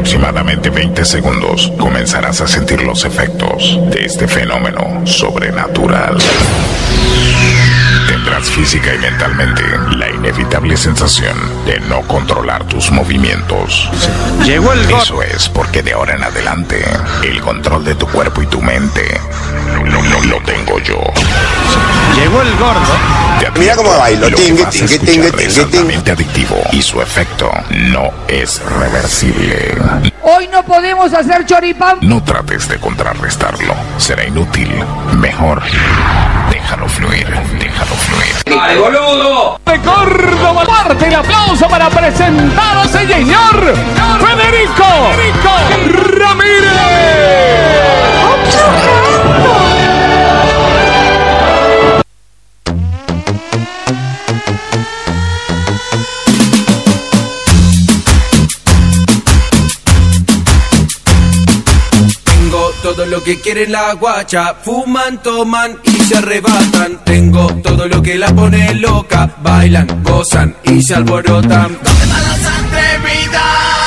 aproximadamente 20 segundos comenzarás a sentir los efectos de este fenómeno sobrenatural. Tendrás física y mentalmente la inevitable sensación de no controlar tus movimientos. Llegó el gordo. Eso es porque de ahora en adelante el control de tu cuerpo y tu mente lo tengo yo. Llegó el gordo. Mira cómo bailo. Lo que vas a escuchar es altamente adictivo y su efecto no es reversible. Hoy no podemos hacer choripán. No trates de contrarrestarlo, será inútil. Mejor, déjalo fluir, déjalo fluir. ¡Ay, boludo! De Córdoba, parte el aplauso para presentar a ese señor Federico Ramírez. Todo lo que quiere la guacha, fuman, toman y se arrebatan. Tengo todo lo que la pone loca, bailan, gozan y se alborotan. ¿Dónde están las atrevidas?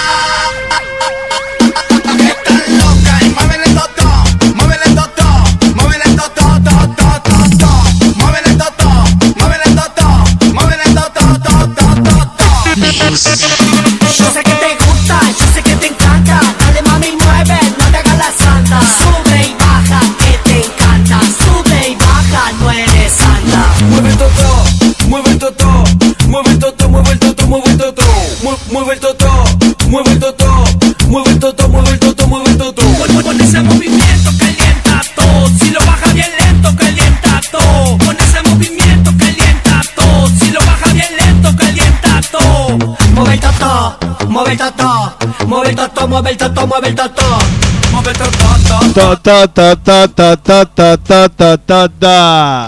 Están locas y mueven el totó, mueven el totó, mueven el totó, mueven el totó, mueven el totó, mueven el totó. Yo sé que te gusta, yo sé que te encanta. Dale mami, mueve, no te hagas la santa. Sube y baja, que te encanta. Sube y baja, no eres santa. Mueve el totó, mueve el totó, mueve el totó, mueve el totó, mueve el totó, mueve el totó, mueve el totó, mueve el totó, mueve el totó, mueve el totó. Con ese movimiento calienta todo. Si lo baja bien lento, calienta todo. Con ese movimiento calienta todo. Si lo baja bien lento, calienta todo. Mueve el totó, mueve el totó, mueve el totó, mueve el totó, mueve el totó. Mueve el totó, Ta ta ta ta ta ta ta ta ta ta.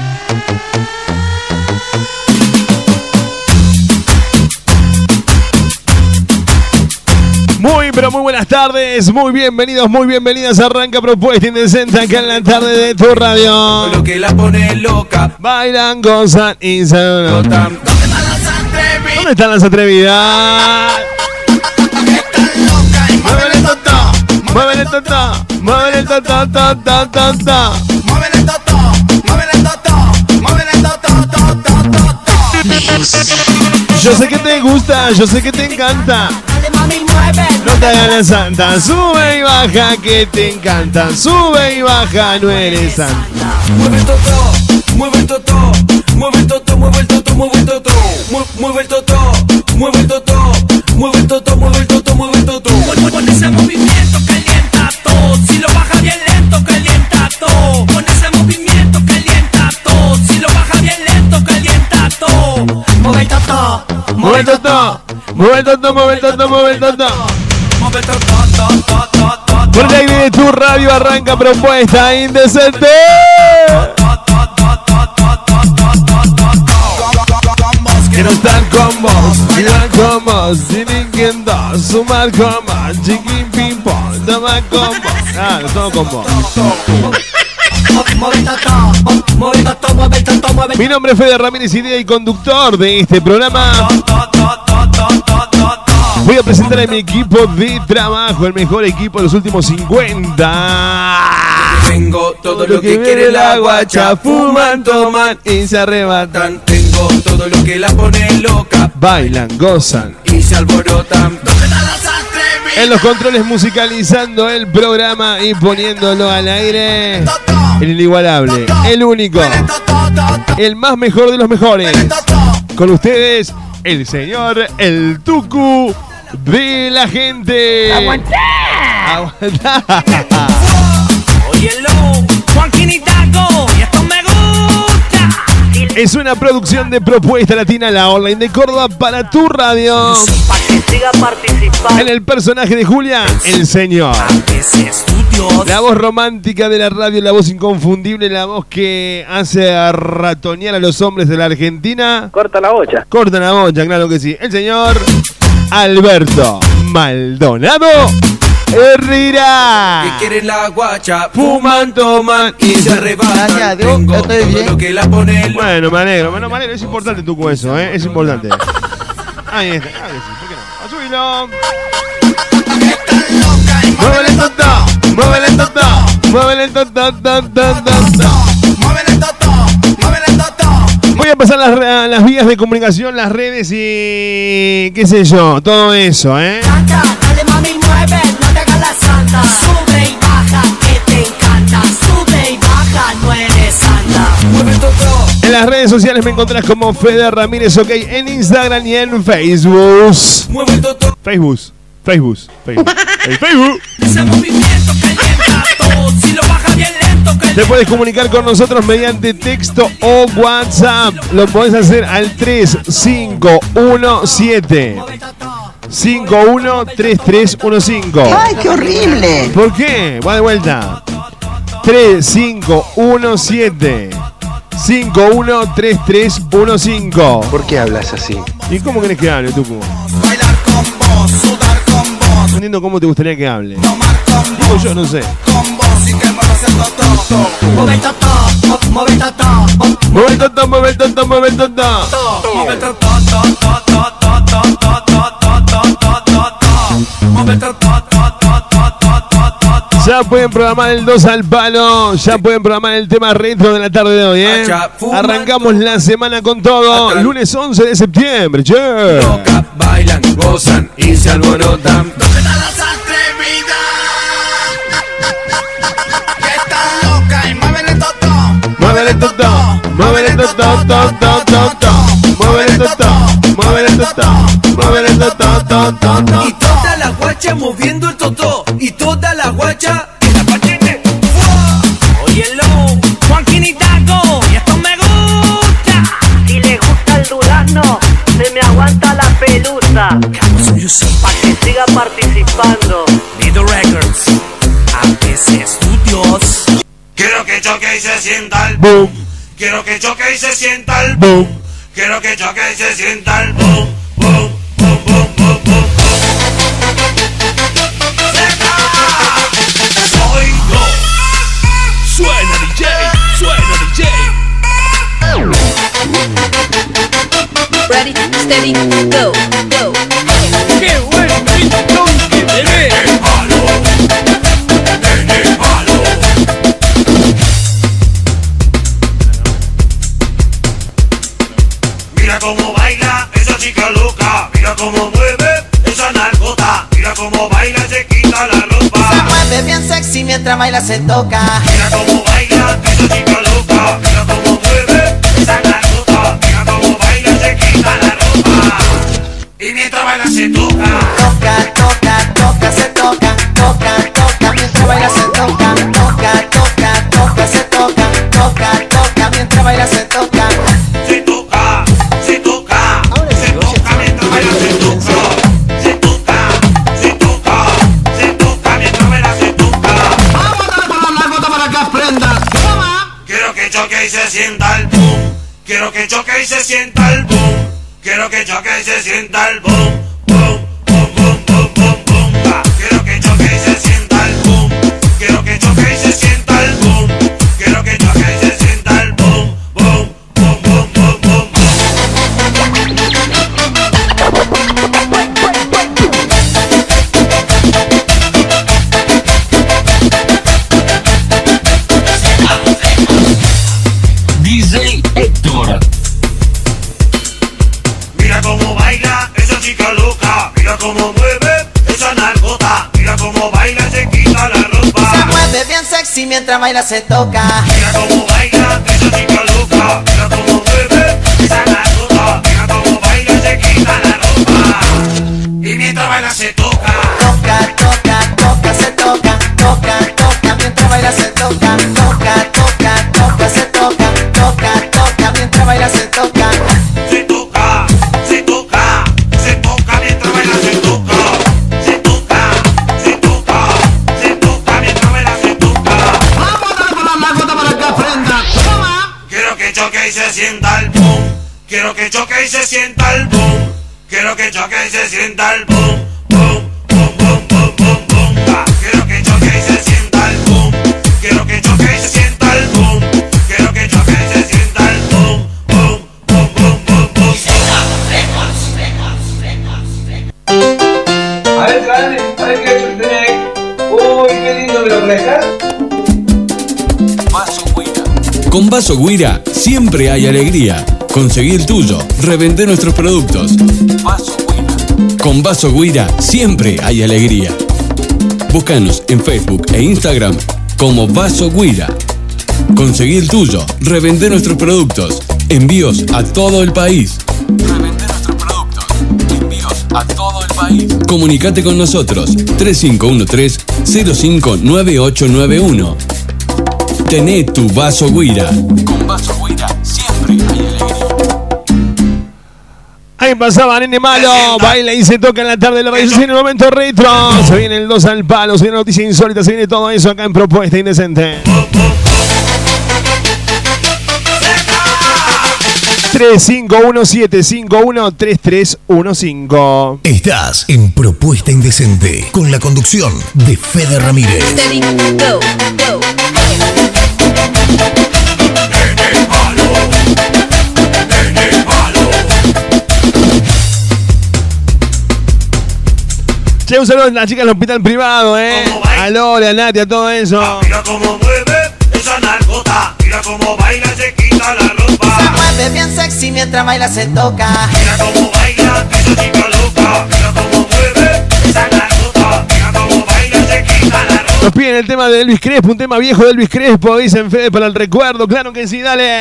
Muy pero muy buenas tardes, muy bienvenidos, muy bienvenidas. Arranca Propuesta Indecente acá en la tarde de tu radio. lo que la pone loca, Bailan, gozan y se botan. ¿Dónde están las atrevidas? ¿Dónde están las atrevidas? Están locas y mueven el totó, Mueven el totó, mueven el totó, ta ta ta ta. mueven el totó, mueven el totó, mueven el totó. Yo sé que te gusta, yo sé que te encanta. Dale mami, mueve, No te hagas la santa, sube y baja que te encanta. Sube y baja, no eres santa. mueve el totó, mueve el totó, mueve el totó, mueve el totó, mueve el totó, mueve el totó, mueve el totó, mueve el totó, mueve el totó, mueve el totó. Con ese movimiento calienta todo. Si lo baja bien lento, calienta todo. Con ese movimiento calienta todo. Si lo baja bien lento, calienta todo. Mueve el totó, Mueve el totó, mueve el totó, mueve el totó, mueve el totó. mueve el totó. Por el aire de tu radio arranca Propuesta Indecente. Quiero estar con vos, mirar con vos, sin inquietud, sumar con vos, chiquín ping pong, tomar con vos. Ah, lo tomo con vos. Mi nombre es Fede Ramírez, idea y conductor de este programa. Voy a presentar a mi equipo de trabajo, el mejor equipo de los últimos 50. Tengo todo lo que quiere la guacha, fuman, toman y se arrebatan. Tengo todo lo que la pone loca, Bailan, gozan. y se alborotan. ¿Dónde están las atrevidas? En los controles musicalizando el programa y poniéndolo al aire. El inigualable, el único, el más mejor de los mejores. Con ustedes, el señor, el Tucu de la gente. ¡Aguantá! ¡Aguantá! Óyelo, Joaquín y Taco, y esto me gusta. Es una producción de Propuesta Latina, la online de Córdoba para tu radio. Para que siga participando. En el personaje de Julia, el señor. La voz romántica de la radio, la voz inconfundible, la voz que hace ratonear a los hombres de la Argentina. Corta la bocha. Corta la bocha, claro que sí. El señor Alberto Maldonado Herrera. Que quieren la guacha, fuman, toman y se arrebatan. Gracias, Dios, Tengo estoy todo bien. lo que la pone loca. Bueno, me alegro. Es importante tu eso, es importante. Ahí está, claro que sí, ¿por qué no? A subirlo. Muévele toto, Voy a pasar las vías de comunicación, las redes y qué sé yo, todo eso, ¿eh? Canta, dale mami, mueve, no te hagas la santa. Sube y baja, que te encanta. Sube y baja, no eres santa. Mueve todo. En las redes sociales me encontrás como Fede Ramírez, ok, en Instagram y en Facebook. Mueve todo. Facebook. Ese movimiento calienta todo. Si lo baja bien lento, que Te puedes comunicar con nosotros mediante texto o WhatsApp. Lo podés hacer al 3517 513315. ¡Ay, qué horrible! ¿Por qué? Va de vuelta. 3517 513315. ¿Por qué hablas así? ¿Y cómo querés que hable, Tucu? bailar con vos, sudar con vos, No entiendo cómo te gustaría que hable. tomar con Digo vos, yo, no sé. con vos y que muevas el toto. Mueve todo, mueve todo, Mueve el toto, mueve el toto, mueve el toto. mueve todo, mueve todo. Ya pueden programar el 2 al palo. Ya pueden programar el tema retro de la tarde de hoy, ¿eh? Arrancamos la semana con todo. Lunes 11 de septiembre, che. Bailan, gozan y se alborotan. ¿Dónde están las atrevidas? Que están locas y mueven todo. Muévele toto, muévele toto, muévele toto, muévele toto, muévele toto. Y toda la guacha moviendo el totó. Y toda la guacha en la patente. Óyelo, Joaquín y Taco. Y esto me gusta. Si le gusta el durazno, se me aguanta la pelusa. Pa' que siga participando. Nido Records. APC Studios. Quiero que choque y se sienta el Boom, Quiero que choque y se sienta el boom. Quiero que choque y se sienta el boom, boom, boom, boom, boom, boom. ¡Seca! Soy yo. Suena DJ, suena DJ. Ready, steady, go, go. ¡Qué buen pintón que tenés! ¡En el palo! ¡En el palo! Mira cómo baila esa chica loca. Mira cómo mueve esa narcota. Mira cómo baila, se quita la ropa. Se mueve bien sexy mientras baila se toca. Mira cómo baila esa chica loca. Mira cómo mueve esa narcota. Mira cómo baila, se quita la ropa. Y mientras baila se toca. Toca, toca, toca, se toca. Toca, toca, mientras baila se toca. Toca, toca, toca, se toca. Toca, toca, mientras baila se toca. Se toca, se toca, se toca mientras baila se toca. Se toca, se toca, se toca mientras baila se toca. Quiero que choque y se sienta el boom. Quiero que choque y se sienta el boom. Quiero que choque y se sienta el boom. Boom, boom, boom, boom, boom, boom. Ah, quiero que choque y se sienta el boom. Quiero que choque y se sienta el boom. Quiero que choque y se sienta el boom. Boom, boom, boom, boom, boom, boom. DJ Héctor. Mira cómo baila esa chica loca. Mira cómo mueve esa narcota. Mira cómo baila, se quita la Se ropa. mueve bien sexy mientras baila se toca. Mira cómo baila esa chica loca. Mira cómo mueve esa narcota. Mira cómo baila, se quita la ropa. Y mientras baila se toca. Toca, toca, toca, se toca. Toca, toca, mientras baila se toca. Toca, toca, toca, se toca. Toca, toca, mientras baila se toca. Se toca, se toca, se toca mientras baila se toca. Se toca, se toca, se toca mientras baila se toca. Quiero que choque y se sienta el boom. Quiero que choque y se sienta el boom. Quiero que choque y se sienta el boom. Boom, boom, boom, boom, boom, boom. Ah, quiero que choque y se sienta el boom. Quiero que choque y se sienta el boom. Quiero que choque y se sienta el boom. Boom, boom, boom, boom, boom. A ver, grande, a ver qué ha hecho el Tenec. Uy, qué lindo me lo dejas. Con Vaso Guira siempre hay alegría. Conseguí el tuyo, revendé nuestros productos. Vaso Guira. Con Vaso Guira siempre hay alegría. Búscanos en Facebook e Instagram como Vaso Guira. Conseguí el tuyo, revendé nuestros productos. Envíos a todo el país. Revendé nuestros productos. Envíos a todo el país. Comunicate con nosotros 3513-059891. Tené tu Vaso Guira. Con Vaso Guira siempre hay alegría. Ahí pasaba Nene Malo, baila y se toca en la tarde de la radio. Se viene el momento retro, se viene el 2 al palo, se viene noticia insólita, se viene todo eso acá en Propuesta Indecente. 3517513315. Estás en Propuesta Indecente con la conducción de Fede Ramírez. Steady, go, go. Che, un saludo a las chicas del hospital privado, a Lore, a Nati, a todo eso. Mira cómo mueve esa narcota, mira cómo baila, se quita la ropa. Se mueve bien sexy mientras baila se toca. Mira cómo baila, esa chica loca. Mira cómo mueve esa narcota, mira cómo baila, se quita la ropa. Nos piden el tema de Elvis Crespo, un tema viejo de Elvis Crespo, dicen Fede para el recuerdo, claro que sí, dale.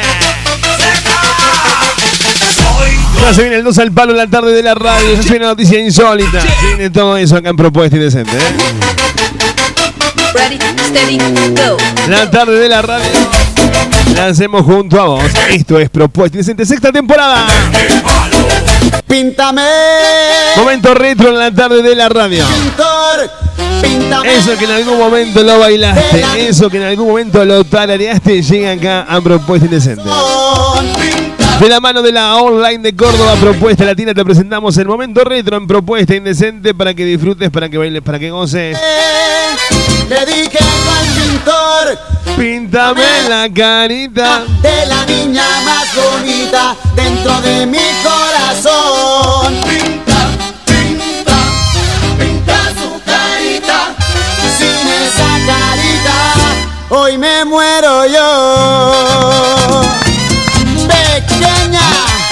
Ya se viene el 2 al palo en la tarde de la radio, ya se viene una noticia insólita. Se viene todo eso acá en Propuesta Indecente, Ready, steady, go. La tarde de la radio la hacemos junto a vos. Esto es Propuesta Indecente, sexta temporada. Píntame. Momento retro en la tarde de la radio. Pintor, píntame. Eso que en algún momento lo bailaste, eso que en algún momento lo tarareaste, llega acá a Propuesta Indecente. De la mano de la online de Córdoba, Propuesta Latina, te presentamos el momento retro en Propuesta Indecente para que disfrutes, para que bailes, para que goces. Le dije al pintor, píntame la carita de la niña más bonita dentro de mi corazón. Pinta, pinta, pinta su carita. Sin esa carita, hoy me muero yo. Pequeña,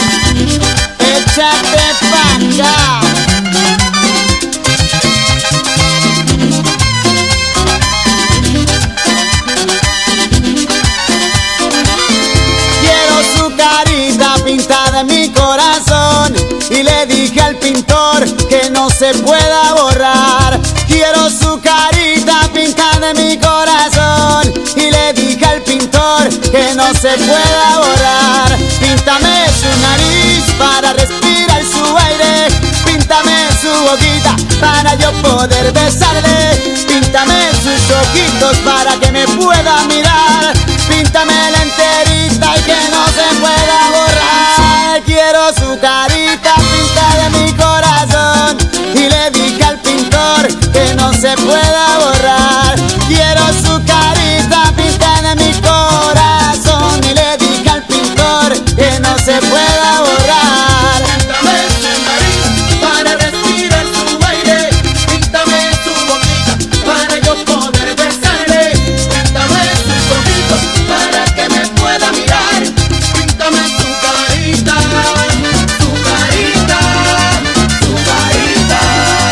échate pa' acá. Quiero su carita pintada en mi corazón y le dije al pintor que no se pueda borrar. Quiero su carita pintada en mi corazón y le dije al pintor que no se pueda borrar. Píntame su nariz para respirar su aire. Píntame su boquita para yo poder besarle. Píntame sus ojitos para que me pueda mirar. Píntame la enterita y que no se pueda borrar. Quiero su carita pintada en mi corazón y le dije al pintor que no se pueda borrar. Quiero su carita pintada en mi corazón y le dije al pintor que no se pueda borrar. Píntame su nariz para respirar su aire. Píntame su boquita para yo poder besarle. Píntame sus ojitos para que me pueda mirar. Píntame su carita, su carita, su carita.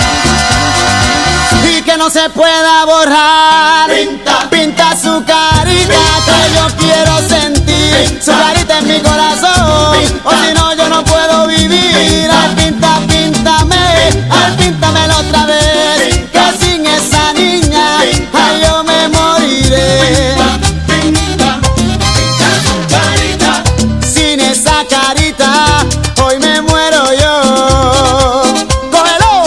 Y que no se pueda borrar. Pinta su carita que yo quiero sentir. Su carita en mi corazón, o si no yo no puedo vivir. Ay, píntamelo otra vez, que sin esa niña, ay, yo me moriré. Sin esa carita, hoy me muero yo. ¡Cógelo!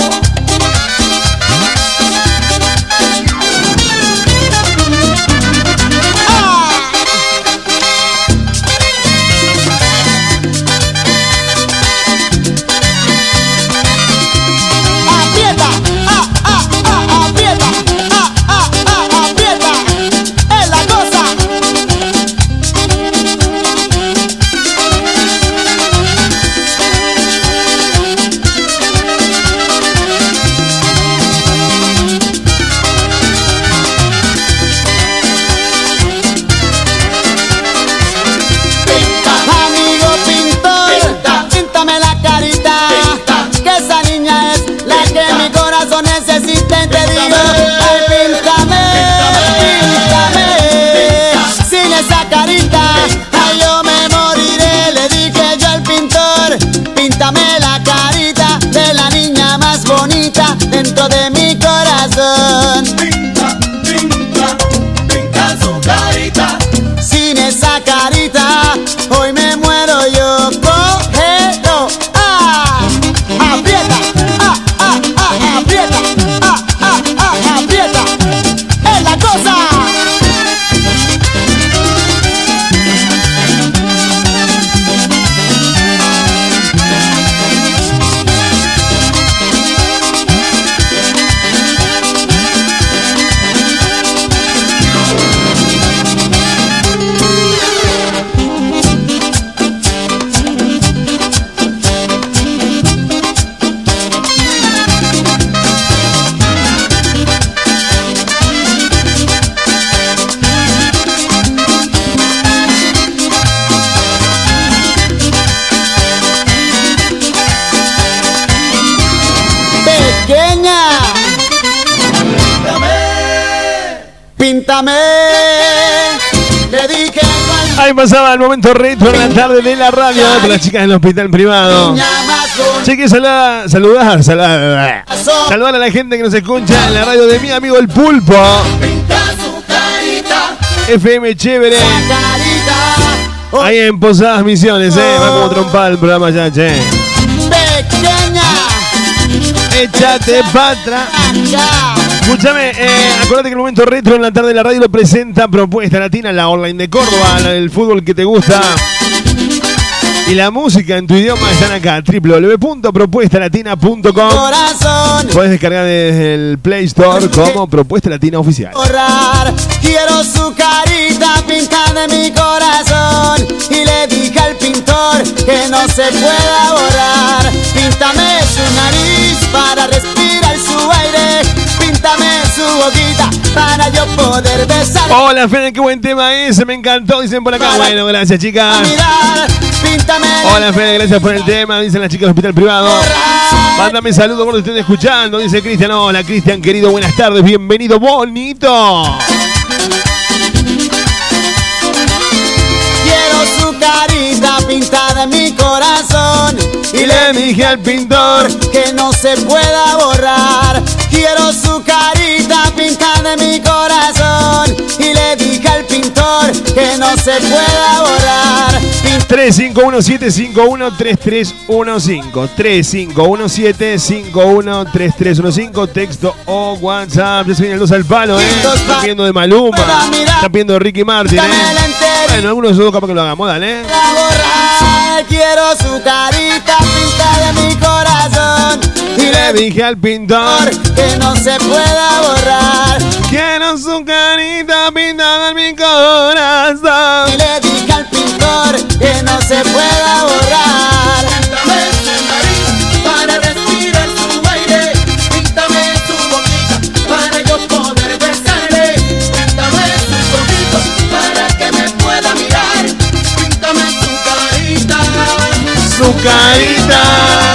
píntame. Le dije Ahí pasaba el momento retro en la tarde de la radio con las chicas del hospital privado. Che, que saludar a la gente que nos escucha en la radio de mi amigo El Pulpo. FM Chévere. Ahí en Posadas Misiones, va como trompada el programa ya, che. Pequeña, échate para atrás. Escúchame, acuérdate que el momento retro en la tarde de la radio lo presenta Propuesta Latina, la online de Córdoba, la del fútbol que te gusta. Y la música en tu idioma están acá, www.propuestalatina.com. Puedes descargar desde el Play Store como Propuesta Latina Oficial. Quiero su carita pintada en mi corazón. Y le dije al pintor que no se pueda borrar. Píntame su nariz para respirar su aire. Píntame su boquita para yo poder besar. Hola, Fede, qué buen tema ese, me encantó, dicen por acá. Bueno, gracias, chicas. Hola, Fede, gracias por el tema, dicen las chicas del hospital privado. Mándame saludos cuando estén escuchando, dice Cristian. Hola, Cristian, querido, buenas tardes, bienvenido, bonito. Quiero su carita pintada en mi corazón. Y le dije al pintor que no se pueda borrar. Quiero su carita pintada en mi corazón. Y le dije al pintor que no se pueda borrar. 3517513315 3517513315 texto o WhatsApp. Ya se viene el 2 al palo, Está pidiendo de Maluma, está pidiendo de Ricky Martin, Bueno, algunos de esos dos capaz que lo hagamos, dale. Quiero su carita pintada en mi corazón. Y le dije al pintor que no se pueda borrar. Quiero su carita pintada en mi corazón. Y le dije al pintor que no se pueda borrar. Píntame su nariz para respirar su aire. Píntame su boquita para yo poder besarle. Píntame sus ojitos para que me pueda mirar. Píntame su carita. Su carita.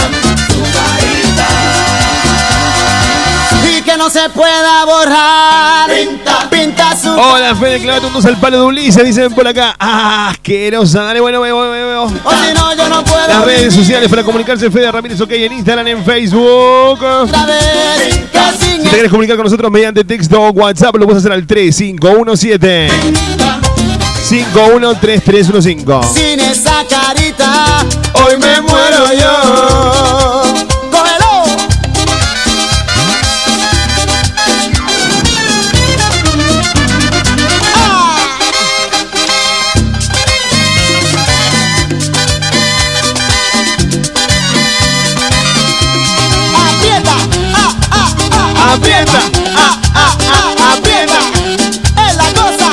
Y que no se pueda borrar. Pinta su. Hola, Fede, clávate un 2 al palo de Ulises, dicen por acá. Asquerosa, dale, bueno, veo. O si no, yo no puedo. Las redes sociales para comunicarse, Fede Ramírez, ok, en Instagram, en Facebook. Si te quieres comunicar con nosotros mediante texto o WhatsApp, lo puedes hacer al 3517 513315. Sin esa carita, hoy me muero yo. ¡Cógelo! ¡Aprieta! ¡Aprieta! ¡Aprieta! ¡Es la cosa!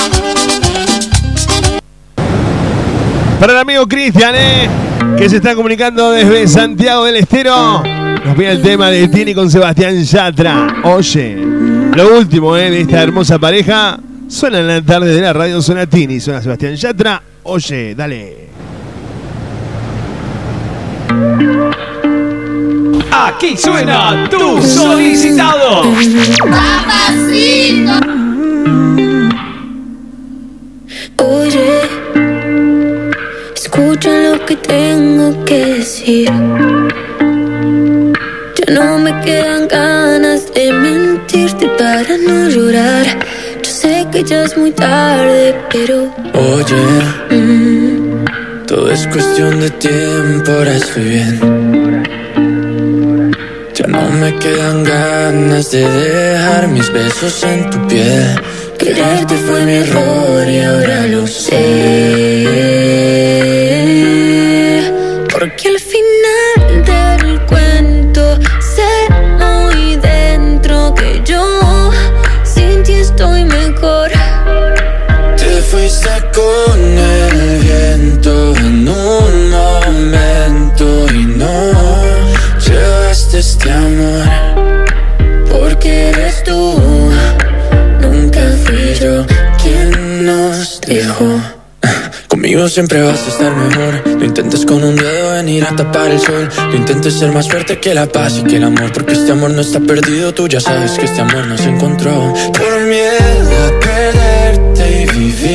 Para el amigo Cristian, que se está comunicando desde Santiago del Estero, nos viene el tema de Tini con Sebastián Yatra. Oye, lo último de esta hermosa pareja suena en la tarde de la radio, suena Tini, suena Sebastián Yatra. Oye, dale. Aquí suena tu solicitado. Papacito. Oye, escucha lo que tengo que decir. Ya no me quedan ganas de mentirte para no llorar. Yo sé que ya es muy tarde, pero oye, todo es cuestión de tiempo, ahora estoy bien. Ya no me quedan ganas de dejar mis besos en tu piel. Quererte fue mi error y ahora lo sé. porque al final del cuento sé muy dentro que yo sin ti estoy mejor. Te fuiste con el viento en un momento y no llevaste este amor, porque eres tú, nunca fui yo quien nos dejó. Conmigo siempre vas a estar mejor. No intentes con un dedo venir a tapar el sol. No intentes ser más fuerte que la paz y que el amor, porque este amor no está perdido. Tú ya sabes que este amor no se encontró. Por miedo a perder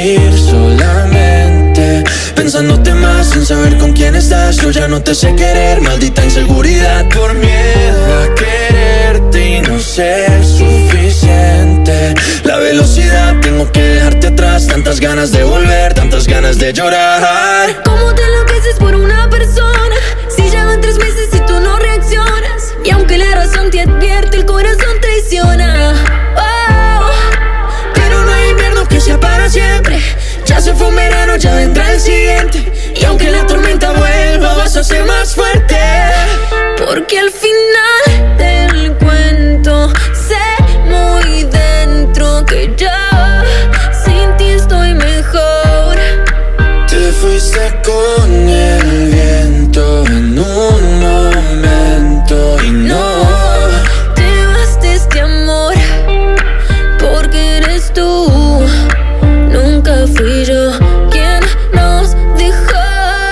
vivir solamente pensándote más sin saber con quién estás. Yo ya no te sé querer, maldita inseguridad. Por miedo a quererte y no ser suficiente. La velocidad, tengo que dejarte atrás. Tantas ganas de volver, tantas ganas de llorar. ¿Cómo te enloqueces por una persona? Si ya van 3 meses y tú no reaccionas. Y aunque la razón te advierte, el corazón traiciona. Oh, pero no hay invierno que sea para siempre. Ya se fue un verano, ya vendrá el siguiente. Y aunque la tormenta vuelva, vas a ser más fuerte. porque al final del cuento sé muy dentro que ya sin ti estoy mejor. Te fuiste con el viento en un momento y no te vas de este amor porque eres tú. Nunca fui yo quien nos dejó.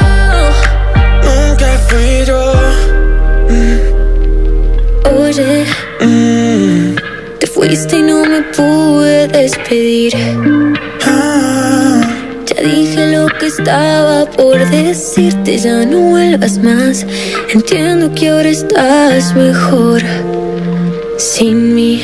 Nunca fui yo. Oye, te fuiste y no me pude despedir. Ya dije lo que estaba por decirte, ya no vuelvas más. Entiendo que ahora estás mejor sin mí.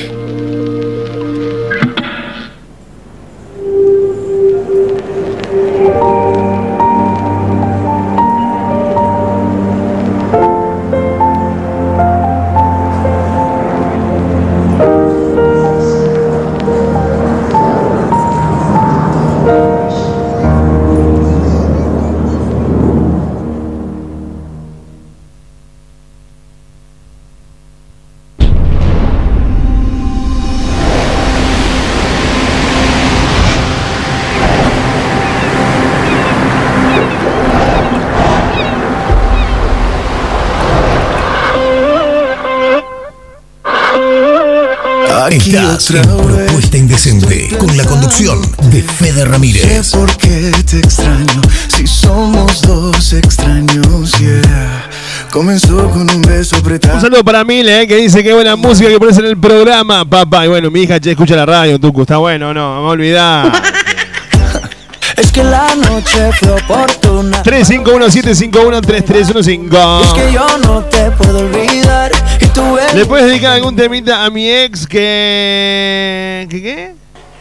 Estás en Propuesta Indecente con la conducción de Fede Ramírez. Sé por qué te extraño, si somos dos extraños, yeah. Comenzó con un beso apretado. Un saludo para Mile, que dice que buena música que pones en el programa, papá. Y bueno, mi hija escucha la radio, Tucu, está bueno, no, me olvidar. Es que la noche fue oportuna. 351-751-3315. Es que yo no te puedo olvidar. Y tú eres... ¿Le puedes dedicar algún temita a mi ex que... ¿Qué?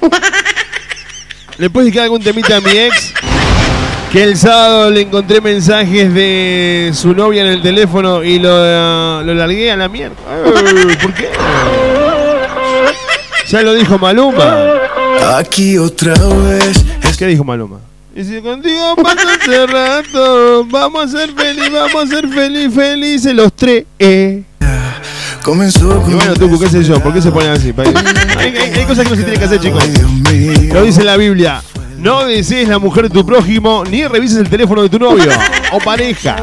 ¿Le puedes dedicar algún temita a mi ex? Que el sábado le encontré mensajes de su novia en el teléfono y lo largué a la mierda. ¿Por qué? Ya lo dijo Maluma. Aquí otra vez. ¿Qué dijo Maluma? Y si contigo pasa hace rato, vamos a ser felices los tres. Comenzó con y bueno, Tucu, qué sé yo, ¿por qué se ponen así? Hay cosas que no se tienen que hacer, chicos. Lo dice la Biblia. No desees la mujer de tu prójimo, ni revises el teléfono de tu novio o pareja.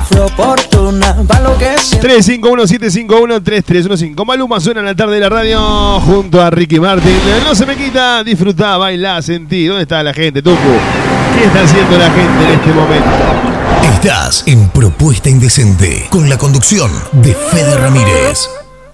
351-751-3315. Maluma suena en la tarde de la radio junto a Ricky Martin. No se me quita, disfrutá, bailá, sentí. ¿Dónde está la gente, Tucu? ¿Qué está haciendo la gente en este momento? Estás en Propuesta Indecente con la conducción de Fede Ramírez.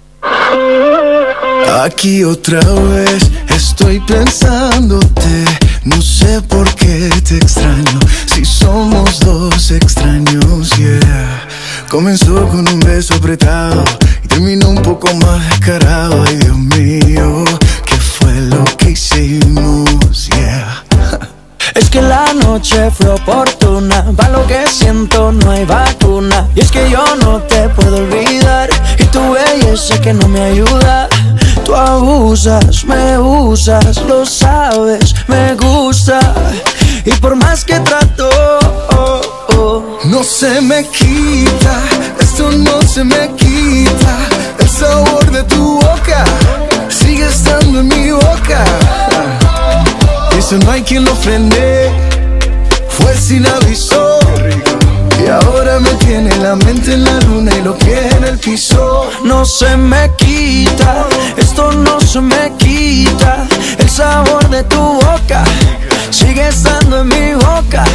Aquí otra vez estoy pensándote. No sé por qué te extraño, si somos dos extraños, yeah. Comenzó con un beso apretado y terminó un poco más descarado. Ay, Dios mío, ¿qué fue lo que hicimos? Yeah. Es que la noche fue oportuna, para lo que siento no hay vacuna. Y es que yo no te puedo olvidar, y tu belleza que no me ayuda. Tú abusas, me usas, lo sabes, me gusta. Y por más que trato, no se me quita, esto no se me quita. El sabor de tu boca sigue estando en mi boca. Eso no hay quien lo frene, fue sin aviso. Y ahora me tiene la mente en la luna y lo que en el piso. No se me quita, esto no se me quita. El sabor de tu boca sigue estando en mi boca.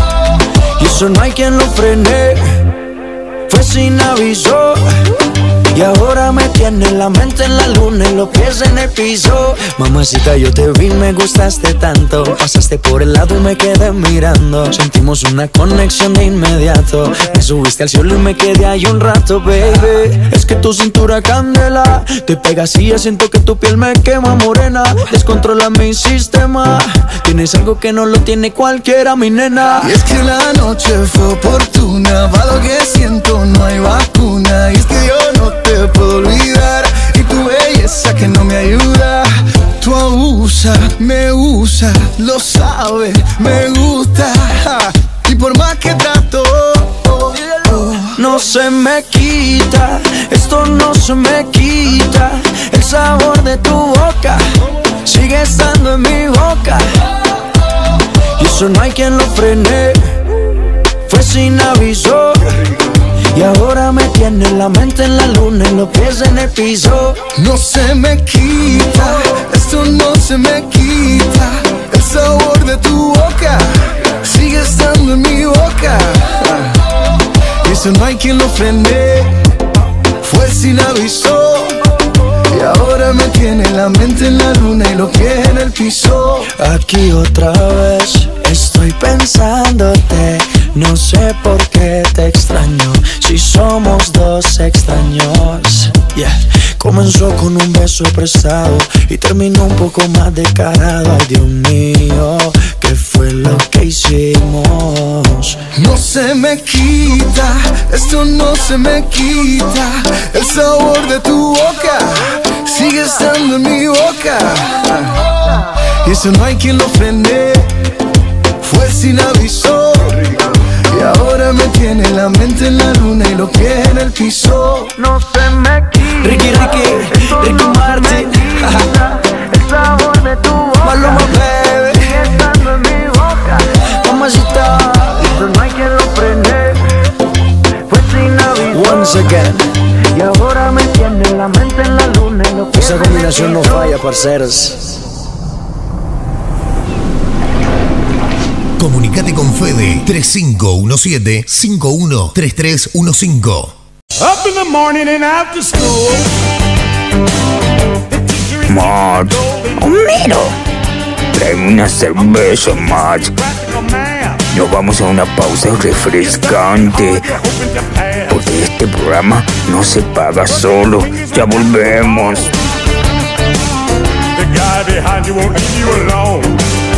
Y eso no hay quien lo frene, fue sin aviso. Y ahora me tiene la mente en la luna y los pies en el piso. Mamacita, yo te vi, me gustaste tanto. Pasaste por el lado y me quedé mirando. Sentimos una conexión de inmediato. Me subiste al cielo y me quedé ahí un rato, baby. Es que tu cintura candela, te pegas y ya siento que tu piel me quema morena. Descontrola mi sistema. Tienes algo que no lo tiene cualquiera, mi nena. Y es que la noche fue oportuna. Pa' lo que siento no hay vacuna. Y es que yo no te puedo olvidar. Y tu belleza que no me ayuda. Tú abusas, me usas, lo sabes, me gusta. Y por más que trato, no se me quita, esto no se me quita. El sabor de tu boca sigue estando en mi boca. Y eso no hay quien lo frene. Fue sin aviso. Y ahora me tiene la mente en la luna y los pies en el piso. No se me quita, esto no se me quita. El sabor de tu boca sigue estando en mi boca. Y eso no hay quien lo frene. Fue sin aviso. Y ahora me tiene la mente en la luna y los pies en el piso. Aquí otra vez estoy pensándote. No sé por qué te extraño, si somos dos extraños. Yeah. Comenzó con un beso prestado y terminó un poco más descarado. Ay, Dios mío, ¿qué fue lo que hicimos? No se me quita, esto no se me quita. El sabor de tu boca sigue estando en mi boca. Y eso no hay quien lo frene. Fue sin aviso. Y ahora me tiene la mente en la luna y los pies en el piso. No se me quita. Ricky Martin. El sabor de tu boca. Maluma, baby. Sigue estando en mi boca. Mamacita. Eso no hay quien lo frene. Fue sin aviso. Once again. Y ahora me tiene la mente en la luna y los pies. Esa combinación no falla, parceros. Comunicate con Fede 3517-513315. Up in the morning and after school. Max, Homero, tráeme una cerveza, Max. Nos vamos a una pausa refrescante, porque este programa no se paga solo. Ya volvemos. The guy behind you won't leave you alone.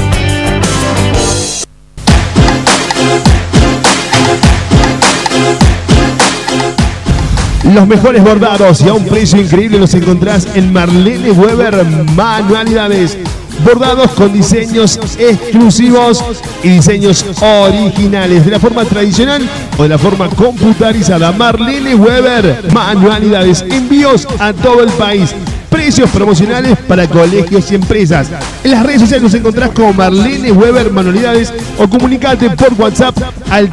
Los mejores bordados y a un precio increíble los encontrás en Marlene Weber Manualidades. Bordados con diseños exclusivos y diseños originales, de la forma tradicional o de la forma computarizada. Marlene Weber Manualidades. Envíos a todo el país. Precios promocionales para colegios y empresas. En las redes sociales nos encontrás como Marlene Weber Manualidades o comunicate por WhatsApp al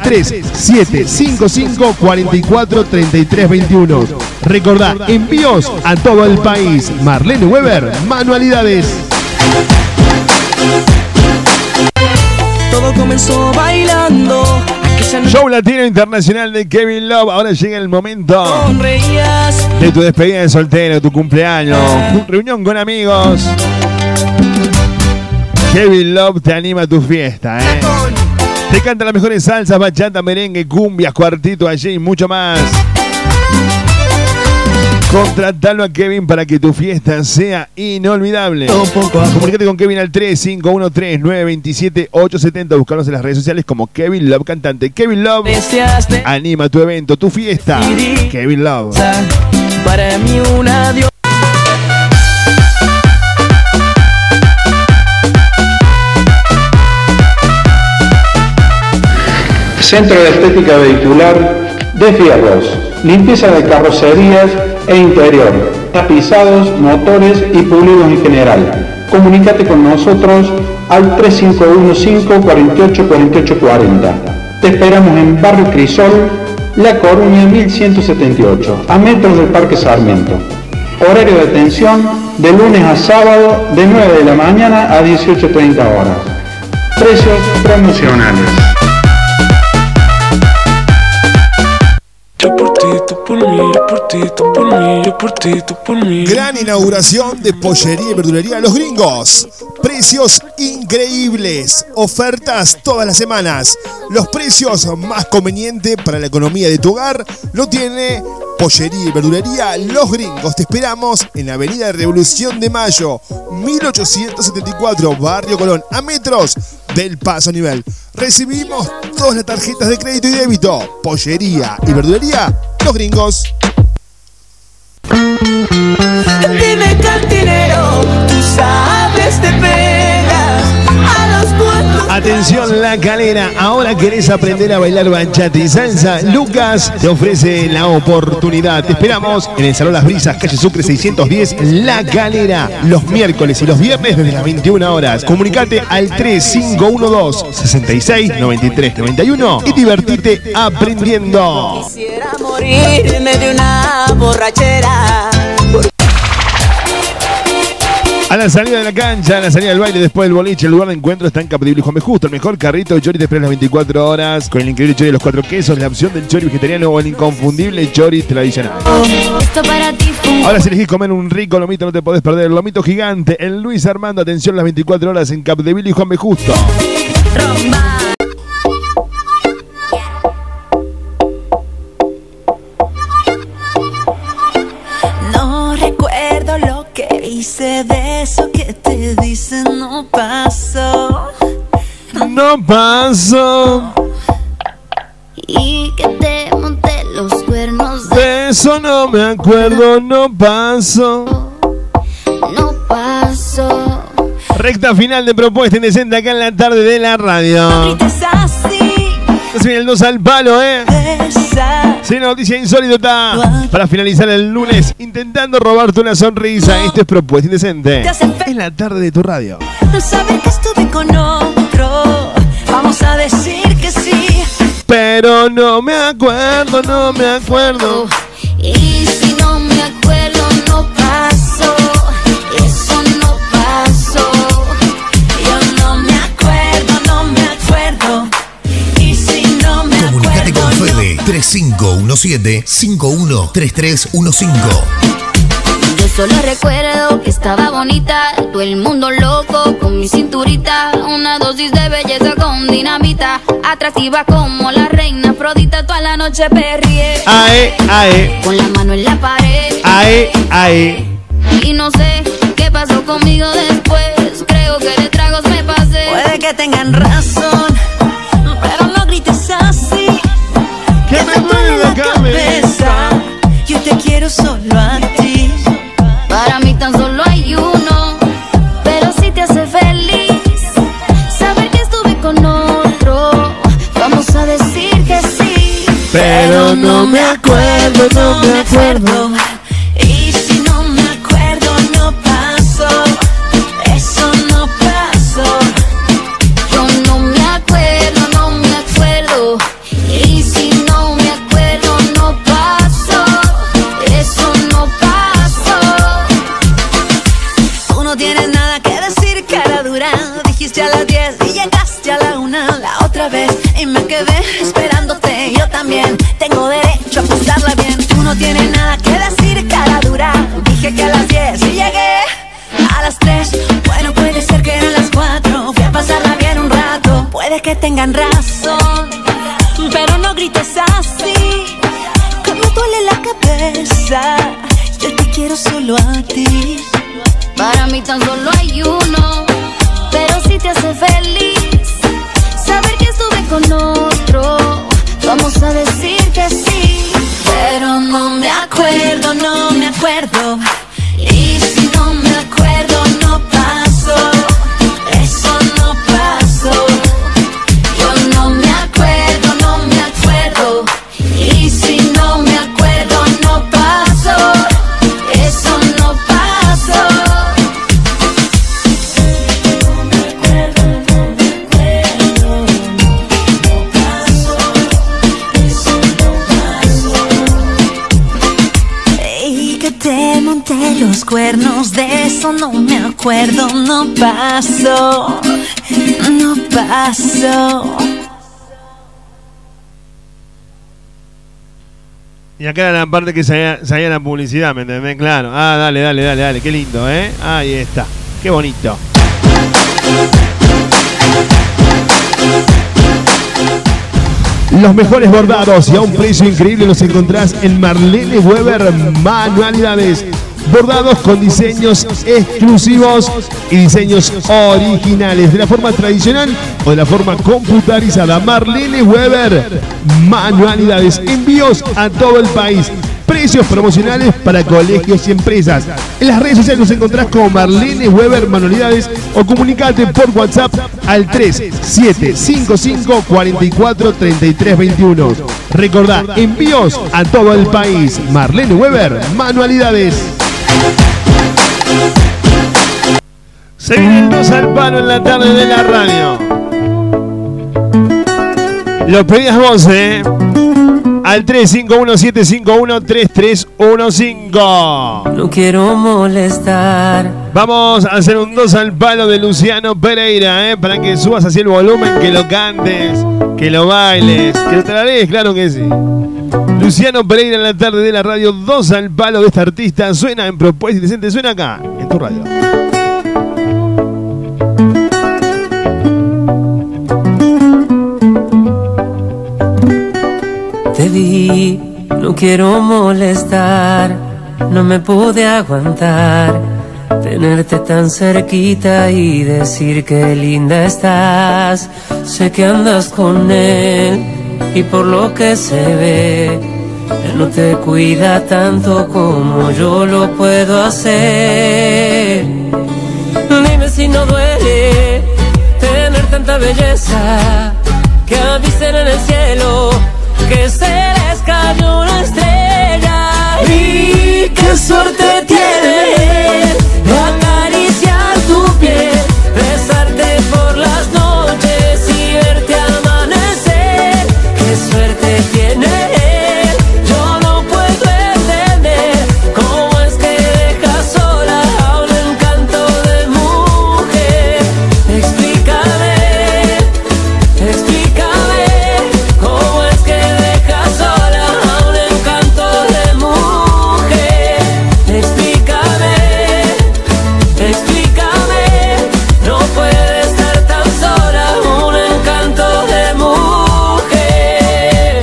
3755-443321. Recordá, envíos a todo el país. Marlene Weber Manualidades. Todo comenzó bailando. Show Latino Internacional de Kevin Love. Ahora llega el momento de tu despedida de soltero, tu cumpleaños, reunión con amigos. Kevin Love te anima a tu fiesta, Te canta las mejores salsas, bachata, merengue, cumbias, cuartito allí y mucho más. Contratalo a Kevin para que tu fiesta sea inolvidable. Comunícate con Kevin al 3513-927-870. Buscarnos en las redes sociales como Kevin Love Cantante. Kevin Love anima tu evento, tu fiesta. Kevin Love. Para mí un adiós. Centro de Estética Vehicular de Fierros. Limpieza de carrocerías e interior, tapizados, motores y pulidos en general. Comunícate con nosotros al 3515-484840. Te esperamos en Barrio Crisol, La Coruña 1178, a metros del Parque Sarmiento. Horario de atención de lunes a sábado de 9 de la mañana a 18:30 horas. Precios promocionales. Yo por ti tú por mí, yo por ti, tú por mí, yo por ti, tú por mí. Gran inauguración de Pollería y Verdulería Los Gringos. Precios increíbles, ofertas todas las semanas. Los precios más convenientes para la economía de tu hogar lo tiene Pollería y Verdulería Los Gringos. Te esperamos en la avenida Revolución de Mayo, 1874, Barrio Colón, a metros del Paso Nivel. Recibimos todas las tarjetas de crédito y débito. Pollería y Verdulería Los Gringos. Dime, cantinero, tú sabes de pegas a los puertos. Atención, La Calera, ahora querés aprender a bailar bachata y salsa. Lucas te ofrece la oportunidad. Te esperamos en el Salón Las Brisas, calle Sucre 610, La Calera, los miércoles y los viernes desde las 21 horas. Comunicate al 3512-669391 y divertite aprendiendo. Quisiera morirme de una borrachera. A la salida de la cancha, a la salida del baile, después del boliche, el lugar de encuentro está en Capdeville y Juan B. Justo. El mejor carrito de chori te espera las 24 horas con el increíble chori de los 4 quesos, la opción del chori vegetariano o el inconfundible chori tradicional. Ahora si elegís comer un rico lomito no te podés perder el lomito gigante en Luis Armando. Atención, las 24 horas en Capdeville y Juan B. Justo. No recuerdo lo que hice, de eso que te dicen no pasó. No pasó. Y que te monté los cuernos. De eso no me acuerdo, no pasó. No pasó. Recta final de Propuesta Indecente acá en la tarde de la radio. Se viene el 2 al palo, Sí, noticia insólita para finalizar el lunes intentando robarte una sonrisa. Esto es Propuesta Indecente. Es la tarde de tu radio. No saber que estuve con otro. Vamos a decir que sí. Pero no me acuerdo, no me acuerdo. Y si no me acuerdo, no pasó. Eso no pasó. Yo no me acuerdo, no me acuerdo. Y si no me acuerdo. Comunicate con Fede 3517-513315. Yo solo recuerdo que estaba bonita, todo el mundo loco con mi cinturita, una dosis de belleza con dinamita, atractiva como la reina Afrodita, toda la noche perrié. Ae, ae. Con la mano en la pared. Ae, ae. Y no sé qué pasó conmigo después, creo que de tragos me pasé. Puede que tengan razón, pero no grites así, que me duele la cabeza. Yo te quiero solo a ti. Para mí tan solo hay uno, pero si te hace feliz saber que estuve con otro, vamos a decir que sí. Pero no me acuerdo, no me acuerdo. Y si no me acuerdo, no pasó. Eso no pasó. Yo no me acuerdo, no me acuerdo. Y si no me acuerdo, no pasó. Eso no pasó. Tú no tienes nada que decir, cara dura. Dijiste a las 10 y llegaste a la 1 la otra vez y me quedé esperándote. Yo también tengo derecho a pasarla bien. Tú no tienes nada que decir, cara dura. Dije que a las 10 y llegué a las 3. Bueno, puede ser que eran las 4. Fui a pasarla bien un rato. Puede que tengan razón, pero no grites así, que me duele la cabeza. Yo te quiero solo a ti. Para mí tan solo hay uno, pero si te hace feliz saber que estuve con otro, vamos a decir que sí. Pero no me acuerdo, no me acuerdo. Y si no me acuerdo, no pasó. Eso no pasó. Yo no me acuerdo, no me acuerdo. Y si no me acuerdo, no pasó. Eso no pasó. Te monté los cuernos, de eso no me acuerdo, no pasó, no pasó. Y acá era la parte que salía la publicidad, ¿me entendés? Claro. Ah, dale. Qué lindo, ¿eh? Ahí está. Qué bonito. Los mejores bordados y a un precio increíble los encontrás en Marlene Weber Manualidades. Bordados con diseños exclusivos y diseños originales, de la forma tradicional o de la forma computarizada. Marlene Weber Manualidades. Envíos a todo el país. Precios promocionales para colegios y empresas. En las redes sociales nos encontrás como Marlene Weber Manualidades o comunicate por WhatsApp al 3755 44 33 21. Recordá, envíos a todo el país. Marlene Weber Manualidades. Se viene el 2 al palo en la tarde de la radio. Lo pedías vos, al 351-751-3315. No quiero molestar. Vamos a hacer un 2 al palo de Luciano Pereira, para que subas así el volumen, que lo cantes, que lo bailes, que lo traes, claro que sí. Luciano Pereira en la tarde de la radio, 2 al palo de este artista. Suena en Propuesta Indecente, suena acá, en tu radio. Te vi, no quiero molestar, no me pude aguantar. Tenerte tan cerquita y decir que linda estás. Sé que andas con él y por lo que se ve, él no te cuida tanto como yo lo puedo hacer. Dime si no duele tener tanta belleza, que avisen en el cielo que se les cayó una estrella. Y qué suerte tienes de acariciar tu piel, besarte por las noches y verte amanecer. Qué suerte tienes, yo no puedo entender cómo es que dejas sola a un encanto de mujer. Explícame cómo es que dejas sola a un encanto de mujer. Explícame, no puede estar tan sola un encanto de mujer.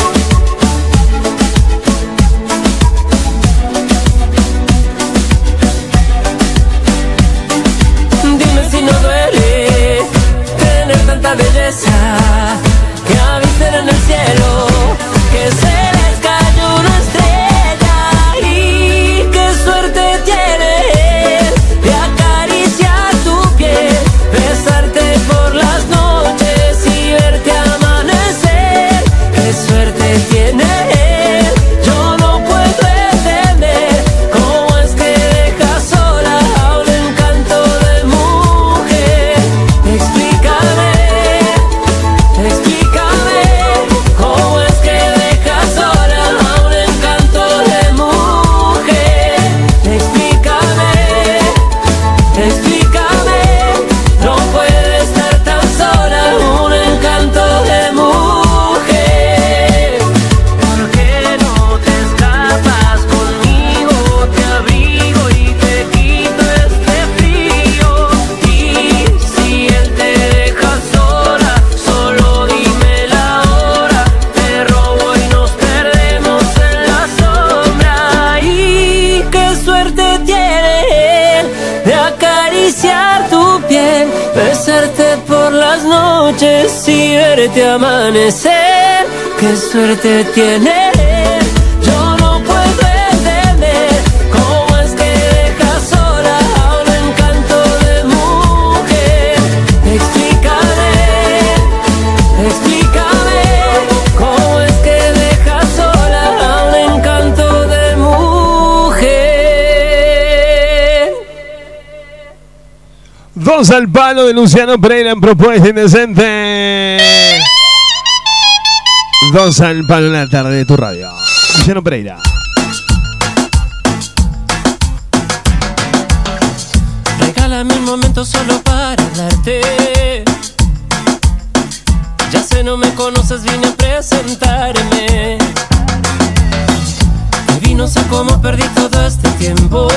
Dime si no duele tener tanta belleza, que avisten en el cielo que se les cayó una estrella. Y qué suerte tienes de acariciar tu piel, besarte por las noches y verte amanecer. Qué suerte tienes, yo no puedo entender cómo es que dejas sola a un encanto de mujer. Explícame cómo es que dejas sola a un encanto de mujer. Explícame, no puede estar tan sola un encanto de mujer. ¿Por qué no te escapas conmigo? Te abrigo y te quito este frío. Y si él te deja sola, solo dime la hora, te robo y nos perdemos en la sombra. Y qué suerte tiene él de acariciar tu piel, besarte por las noches y verte amanecer. Qué suerte tiene él, yo no puedo entender cómo es que dejas sola a un encanto de mujer. Explícame cómo es que dejas sola a un encanto de mujer. 2 al palo de Luciano Pereira en Propuesta Indecente. 2 al palo en la tarde de tu radio. Luciano Pereira. Regálame un momento solo para hablarte. Ya sé, no me conoces, vine a presentarme. no sé cómo perdí todo este tiempo.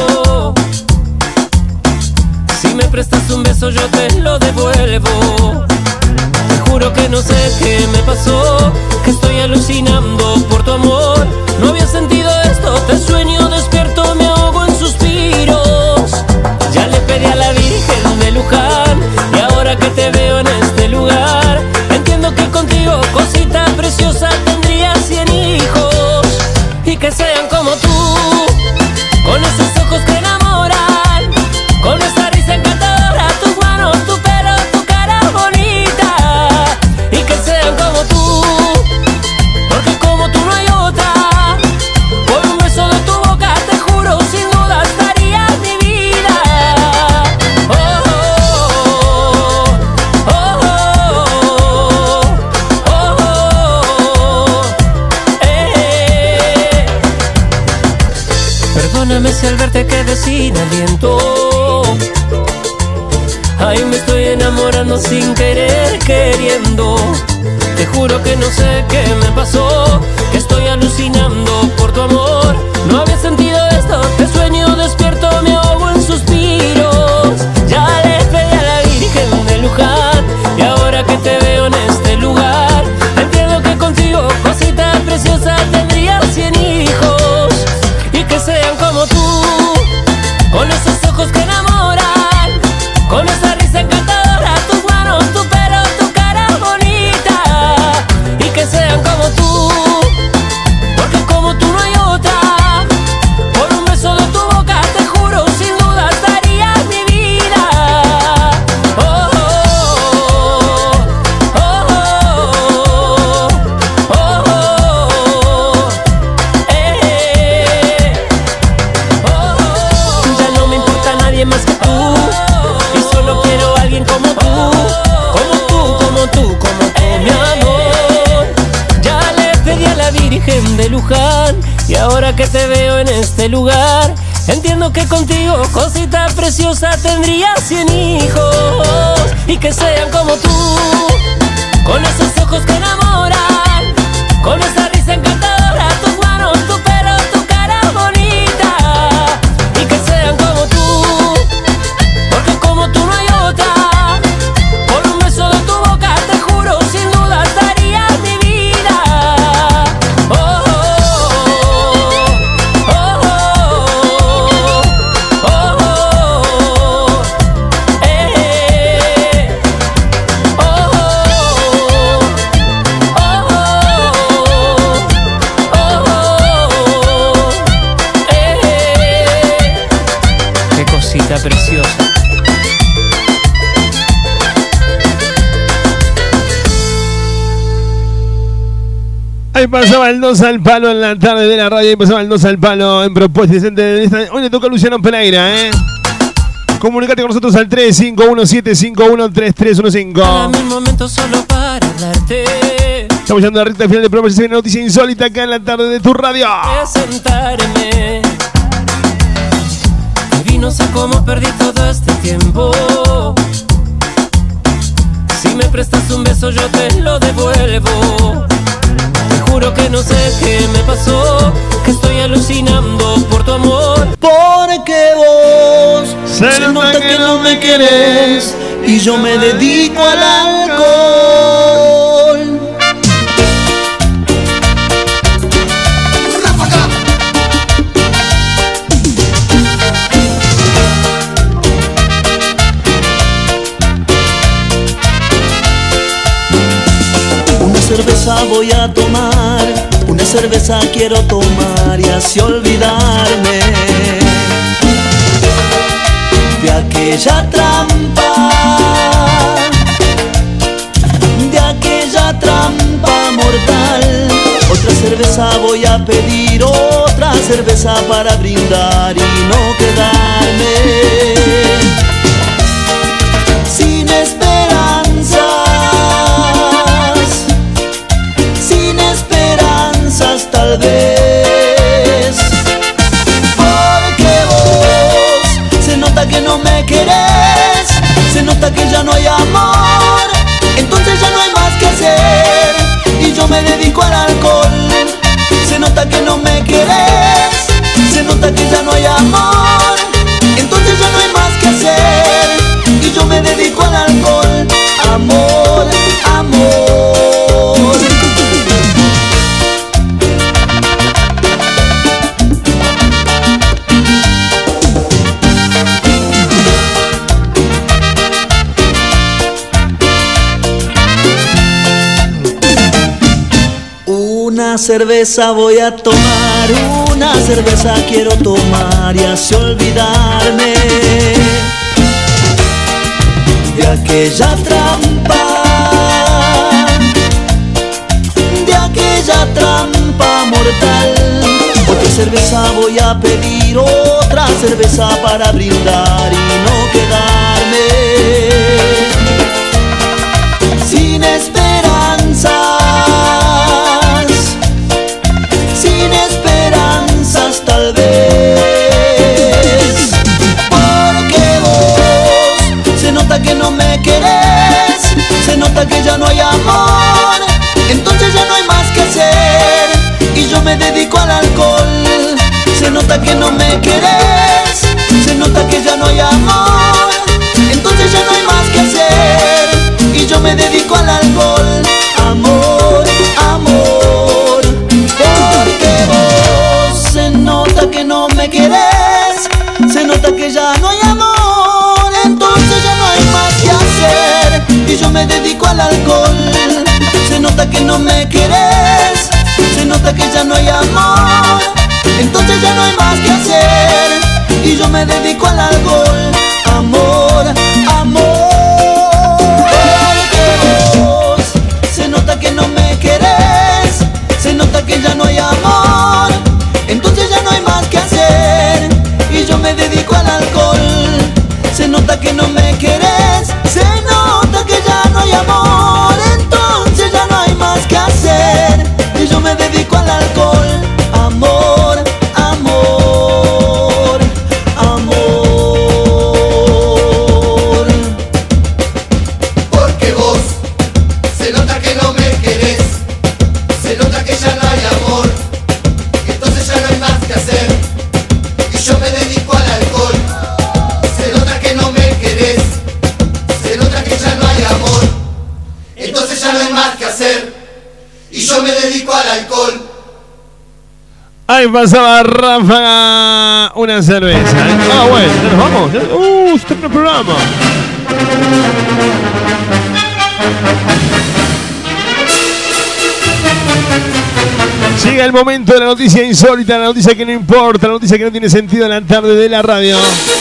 Si me prestas un beso yo te lo devuelvo. Te juro que no sé qué me pasó, que estoy alucinando por tu amor. No había sentido esto, te sueño despierto, me ahogo en suspiros. Ya le pedí a la Virgen de Luján y ahora que te veo en este lugar, entiendo que contigo, cosita preciosa, tendría 100 hijos. Y que sean como tú, con esos ojos que enamoran, con esa risa encantadora, tus manos, tu pelo, tu cara bonita. Y que sean como tú, porque como tú no hay otra. Por un beso de tu boca, te juro, sin duda daría mi vida. Oh, oh, oh, oh, oh, oh, Perdóname si al verte quedé sin aliento. Ay, me estoy enamorando sin querer, queriendo. Te juro que no sé qué me pasó, que estoy alucinando por tu amor. No había sentido esto, te sueño despierto, me ahogo en suspiros. Ya le pedí a la Virgen de Luján y ahora que te veo en este lugar, entiendo que contigo, cosita preciosa, tendría 100 hijos. Y que sean como tú, con esos ojos que enamoran, con esa risa encantadora, tus manos, tu pelo, tu cara bonita. Y que sean como tú, porque como tú no hay otra. Por un beso de tu boca, te juro, sin duda daría mi vida. Oh, oh, oh, oh, oh, oh, Ya no me importa nadie más que tú, y solo quiero a alguien como tú, como tú, como tú, como tú, mi amor. Ya le pedí a la Virgen de Luján y ahora que te veo en este lugar, entiendo que contigo, cosita preciosa, tendría 100 hijos. Y que sean como tú, con esos ojos que enamoran, con esa risa encantadora, tus manos, tu pelo, tu cara bonita. Y que sean como tú, porque como tú no hay otra. Por un beso de tu boca, te juro, sin duda daría mi vida. Oh, oh, oh, oh, oh, oh, oh, Qué cosita preciosa. Ahí pasaba el 2 al palo en la tarde de la radio. Ahí pasaba el 2 al palo en propuesta. Hoy le toca a Luciano Pereira, Comunicate con nosotros al 351-751-3315. Dame un momento solo para hablarte. Estamos llegando a la recta final del programa. Se viene noticia insólita acá en la tarde de tu radio. Voy a sentarme. Y no sé cómo perdí todo este tiempo. Si me prestas un beso yo te lo devuelvo. Te juro que no sé qué me pasó, que estoy alucinando por tu amor. Porque vos se nota que no me querés y yo me dedico al alcohol. Una cerveza voy a tomar, una cerveza quiero tomar y así olvidarme de aquella trampa, de aquella trampa mortal. Otra cerveza voy a pedir, otra cerveza para brindar y no quedarme sin esperanzas, sin esperanzas tal vez. Porque vos se nota que no me querés, se nota que ya no hay amor, entonces ya no hay más que hacer y yo me dedico al alcohol. Se nota que no me querés, Una cerveza voy a tomar, una cerveza quiero tomar y así olvidarme de aquella trampa, mortal. Otra cerveza voy a pedir, otra cerveza para brindar y no quedarme sin esperanzas, sin esperanzas tal vez. Porque vos se nota que no me querés, se nota que ya no hay amor, entonces ya no hay más que hacer y yo me dedico al alcohol. Se nota que no me querés, se nota que ya no hay amor, entonces ya no hay más que hacer y yo me dedico al alcohol. Amor, amor, porque vos se nota que no me querés, se nota que ya no hay amor, entonces ya no hay más que hacer y yo me dedico al alcohol. Se nota que no me querés, se nota que ya no hay amor, entonces ya no hay más que hacer y yo me dedico al alcohol. Amor, amor, porque vos se nota que no me querés, se nota que ya no hay amor, entonces ya no hay más que hacer y yo me dedico al alcohol. Se nota que no me querés, se nota que ya no hay amor, entonces ya no hay más que hacer y yo me dedico al alcohol. Amor, amor, amor. Porque vos se nota que no me querés, se nota que ya no hay amor, entonces ya no hay más que hacer y yo me dedico al alcohol. Se nota que no me querés, se nota que ya no hay amor, entonces ya no hay más que hacer y yo me dedico al alcohol. Ahí pasaba Ráfaga una cerveza. Ah, bueno, ya nos vamos. Está en el programa. Llega el momento de la noticia insólita, la noticia que no importa, la noticia que no tiene sentido en la tarde de la radio.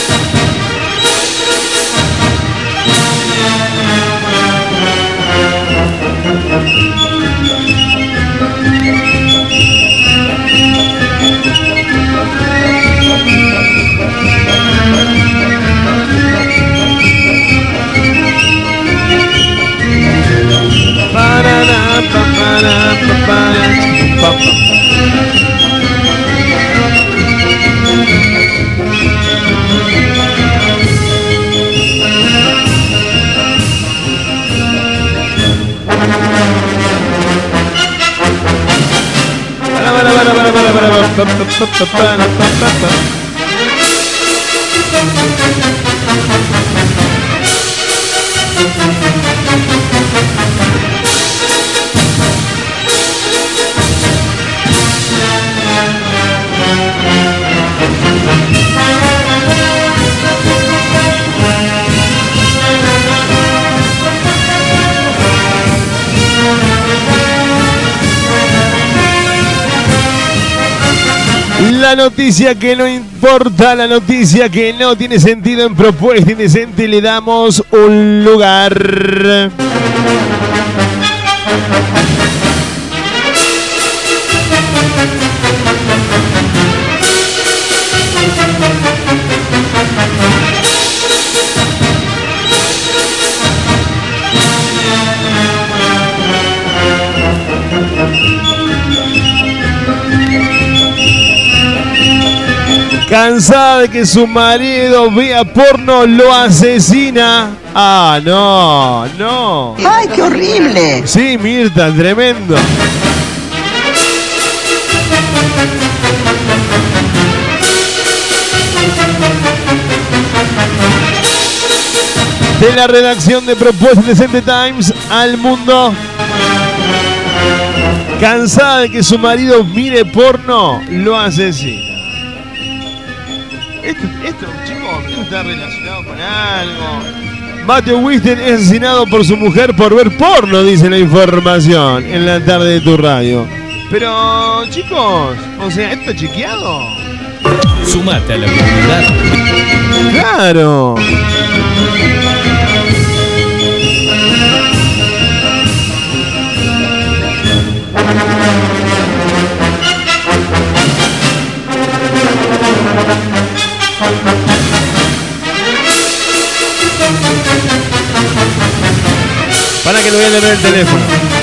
La noticia que no importa, la noticia que no tiene sentido en Propuesta Indecente, le damos un lugar. Cansada de que su marido vea porno, lo asesina. Ah, no, no. ¡Ay, qué horrible! Sí, Mirta, tremendo. De la redacción de Propuesta Indecente Times al mundo. Cansada de que su marido mire porno, lo asesina. Esto, chicos, esto está relacionado con algo. Matthew Wister es asesinado por su mujer por ver porno, dice la información en la tarde de tu radio. Pero, chicos, o sea, ¿esto es chequeado? Sumate a la comunidad. ¡Claro! Para que lo voy a leer el teléfono.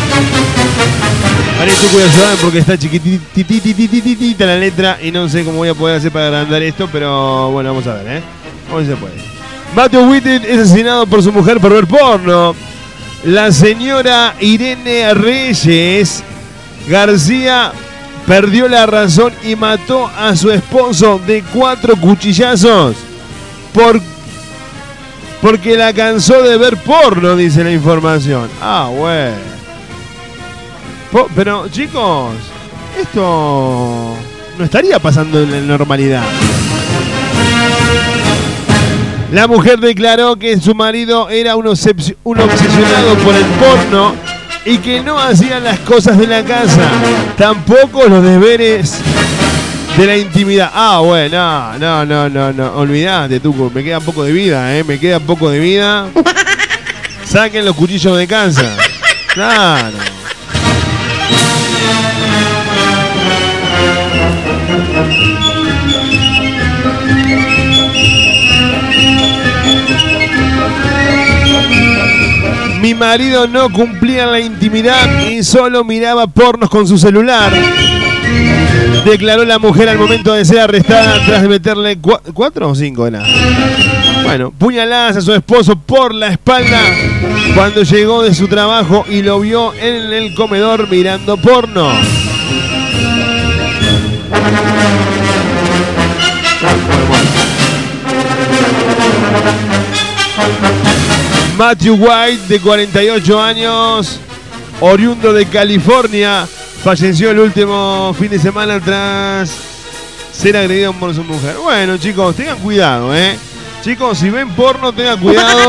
Vale, tú cuidado, porque está chiquititititititita la letra y no sé cómo voy a poder hacer para agrandar esto, pero bueno, vamos a ver, Vamos a ver si se puede. Matthew Whitted es asesinado por su mujer por ver porno. La señora Irene Reyes García perdió la razón y mató a su esposo de 4 cuchillazos porque la cansó de ver porno, dice la información. Ah, bueno. Pero, chicos, esto no estaría pasando en la normalidad. La mujer declaró que su marido era un obsesionado por el porno y que no hacía las cosas de la casa, tampoco los deberes de la intimidad. Ah, bueno, no, olvidate, Tuco, me queda poco de vida, me queda poco de vida. Saquen los cuchillos de casa. Claro. Mi marido no cumplía la intimidad y solo miraba pornos con su celular, declaró la mujer al momento de ser arrestada tras de meterle 4 o 5 era. Bueno, puñaladas a su esposo por la espalda cuando llegó de su trabajo y lo vio en el comedor mirando porno. Matthew White, de 48 años, oriundo de California, falleció el último fin de semana tras ser agredido por su mujer. Bueno, chicos, tengan cuidado, Chicos, si ven porno, tengan cuidado.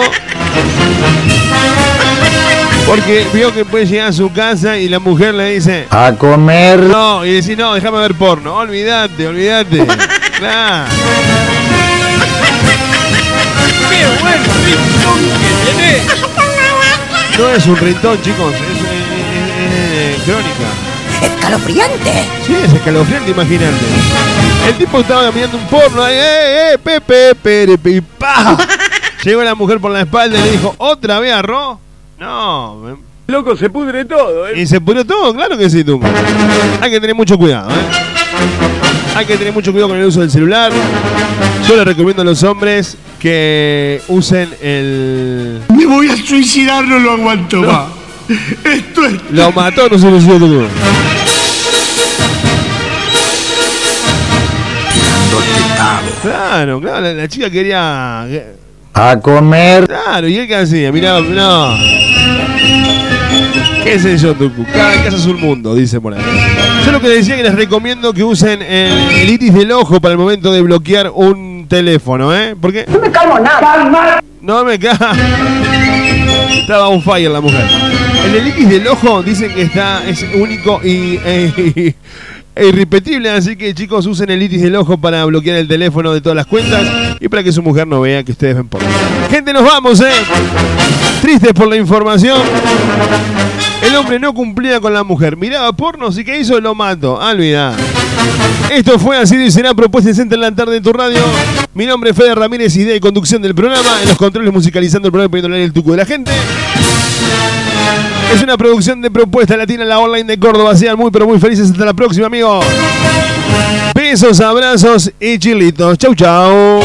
Porque vio que puede llegar a su casa y la mujer le dice a comer. No, y decís, no, déjame ver porno. Olvídate. Claro. ¡Qué buen ritón que tiene! No es un ritón, chicos, es crónica. ¡Escalofriante! Sí, es escalofriante, imagínate. El tipo estaba mirando un porno ahí, Pepe, y ¡pah! Llegó la mujer por la espalda y le dijo, ¿otra vez arroz? No. Loco, se pudre todo, ¿Y se pudrió todo? Claro que sí, tú. Hay que tener mucho cuidado, Hay que tener mucho cuidado con el uso del celular. Yo les recomiendo a los hombres que usen el... Me voy a suicidar, no lo aguanto más. Esto es... Lo mató, no se lo suicidó tú. Claro, la chica quería... A comer. Claro, ¿y él qué hacía? Mirá, no. ¿Qué sé yo, Tucu? Cada casa es un mundo, dice por ahí. Yo lo que decía que les recomiendo que usen el iris del ojo para el momento de bloquear un teléfono, Porque... No me calmo nada. No me cago. Estaba on fire la mujer. En el iris del ojo dicen que es único y irrepetible, así que chicos, usen el iris del ojo para bloquear el teléfono de todas las cuentas y para que su mujer no vea que ustedes ven porno. Gente, nos vamos, tristes por la información. El hombre no cumplía con la mujer, miraba pornos y ¿qué hizo? Lo mató. Olvidá. Esto fue Así y será, propuesta en la tarde de tu radio. Mi nombre es Fede Ramírez, idea y conducción del programa, en los controles musicalizando el programa y poniéndole el tuco de la gente. Es una producción de Propuesta Latina, la online de Córdoba. Sean muy pero muy felices. Hasta la próxima, amigos. Besos, abrazos y chilitos. Chau, chau.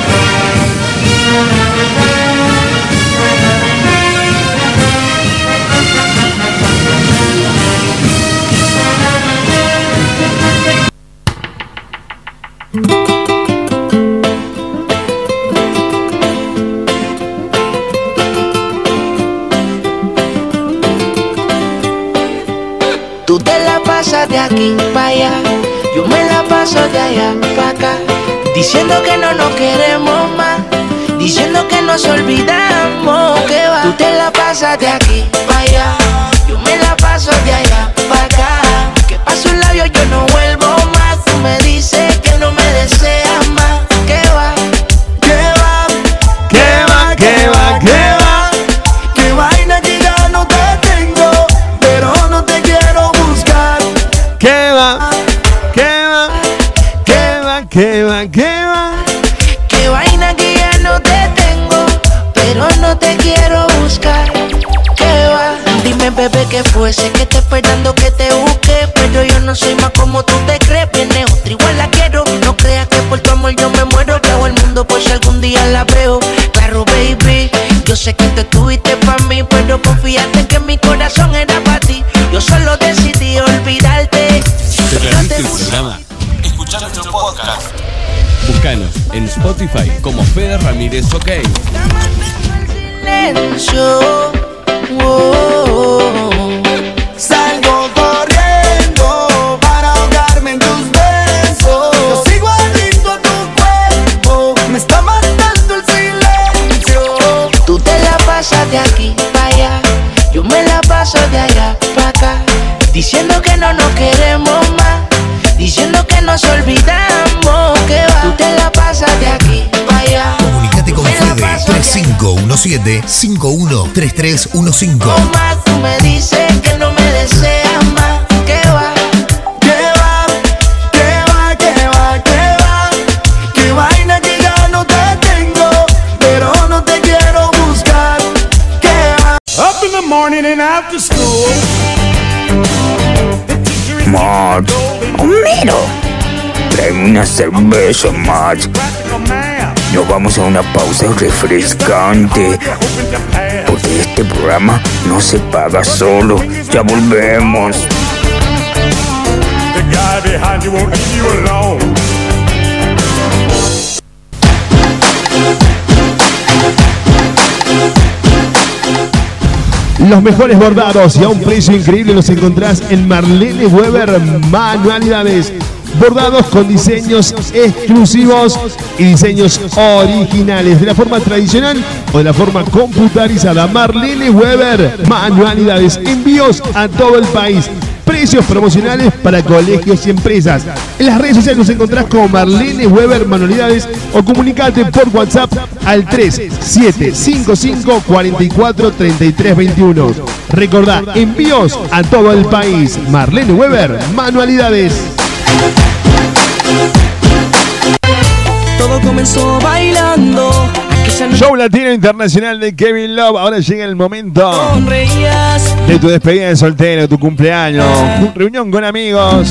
Tú te la pasas de aquí para allá, yo me la paso de allá para acá, diciendo que no nos queremos más, diciendo que nos olvidamos, que va. Tú te la pasas de aquí para allá, yo me la paso de allá para acá, que paso ¿Qué va? ¿Qué va? Qué vaina que ya no te tengo, pero no te quiero buscar. ¿Qué va? Dime, bebé, ¿qué fue? Sé que estoy esperando que te busque, pero yo no soy más como tú te crees. Viene otra, igual la quiero. No creas que por tu amor yo me muero. Que hago el mundo por si algún día la veo. Claro, baby, yo sé que tú estuviste para mí, pero confíate que mi corazón era para ti. Yo solo decidí olvidarte. ¿Te perdiste el programa? Escuchá nuestro podcast. Búscanos en Spotify como Fede Ramírez OK. Silencio. Salgo corriendo para ahogarme en tus besos. Yo sigo adicto a tu cuerpo, me está matando el silencio. Tú te la pasas de aquí para allá, yo me la paso de allá para acá, diciendo que no nos queremos más, diciendo que nos olvidamos. Que va, tú te la pasas de aquí para allá. Comunicate con Fede 3517-513315. O más, tú me dices que no me deseas más. Que va, Que va, que va, que va, que va. Que vaina que ya no te tengo, pero no te quiero buscar. Que va. Up in the morning and after school. Max, Homero, tráeme una cerveza, Max. Nos vamos a una pausa refrescante, porque este programa no se paga solo. Ya volvemos. The guy behind you won't leave you alone. Los mejores bordados y a un precio increíble los encontrás en Marlene Weber Manualidades. Bordados con diseños exclusivos y diseños originales, de la forma tradicional o de la forma computarizada. Marlene Weber Manualidades. Envíos a todo el país. Precios promocionales para colegios y empresas. En las redes sociales nos encontrás como Marlene Weber Manualidades o comunicate por WhatsApp al 3755 44 33 21. Recordá, envíos a todo el país. Marlene Weber Manualidades. Todo comenzó bailando. Show Latino Internacional de Kevin Love. Ahora llega el momento Sonreías. de tu despedida de soltero, tu cumpleaños, reunión con amigos.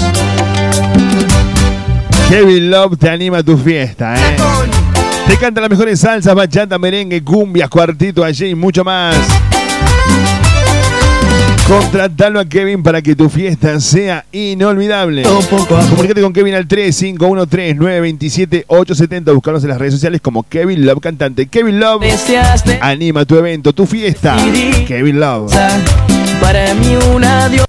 Kevin Love te anima a tu fiesta, ¿eh? Te canta las mejores salsas, bachata, merengue, cumbias, cuartito allí y mucho más. Contratalo a Kevin para que tu fiesta sea inolvidable. Comunicate con Kevin al 3513-927-870. Buscanos en las redes sociales como Kevin Love Cantante. Kevin Love anima tu evento, tu fiesta. Kevin Love. Para mí un adiós.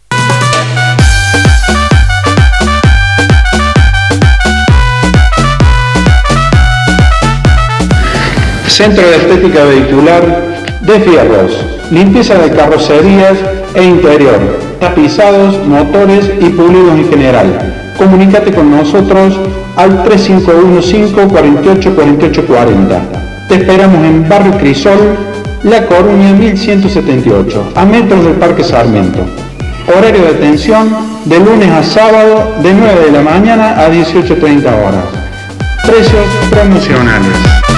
Centro de Estética Vehicular de Fierros, limpieza de carrocerías e interior, tapizados, motores y pulidos en general. Comunícate con nosotros al 3515-484840. Te esperamos en Barrio Crisol, La Coruña 1178, a metros del Parque Sarmiento. Horario de atención de lunes a sábado de 9 de la mañana a 18:30 horas. Precios promocionales.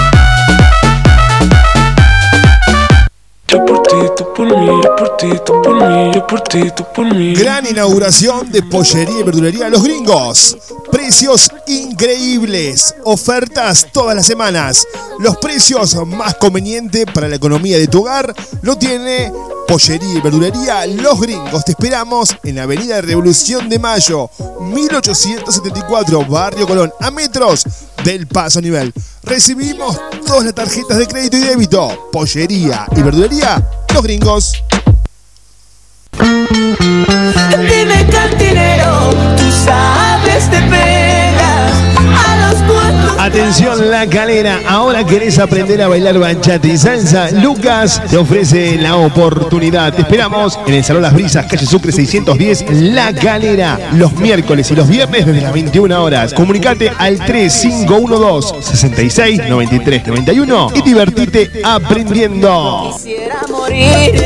Yo por ti, tú por mí, yo por ti, tú por mí, yo por ti, tú por mí. Gran inauguración de Pollería y Verdulería Los Gringos. Precios increíbles. Ofertas todas las semanas. Los precios más convenientes para la economía de tu hogar lo tiene Pollería y Verdulería Los Gringos. Te esperamos en la Avenida Revolución de Mayo, 1874, Barrio Colón, a metros del Paso Nivel. Recibimos todas las tarjetas de crédito y débito. Pollería y Verdulería Los Gringos. Dime, cantinero, tú sabes de pegas a los puertos. Atención La Calera, ahora querés aprender a bailar bachata y salsa. Lucas te ofrece la oportunidad. Te esperamos en el Salón Las Brisas, calle Sucre 610, La Calera, los miércoles y los viernes desde las 21 horas. Comunicate al 3512-669391 y divertite aprendiendo. Quisiera morir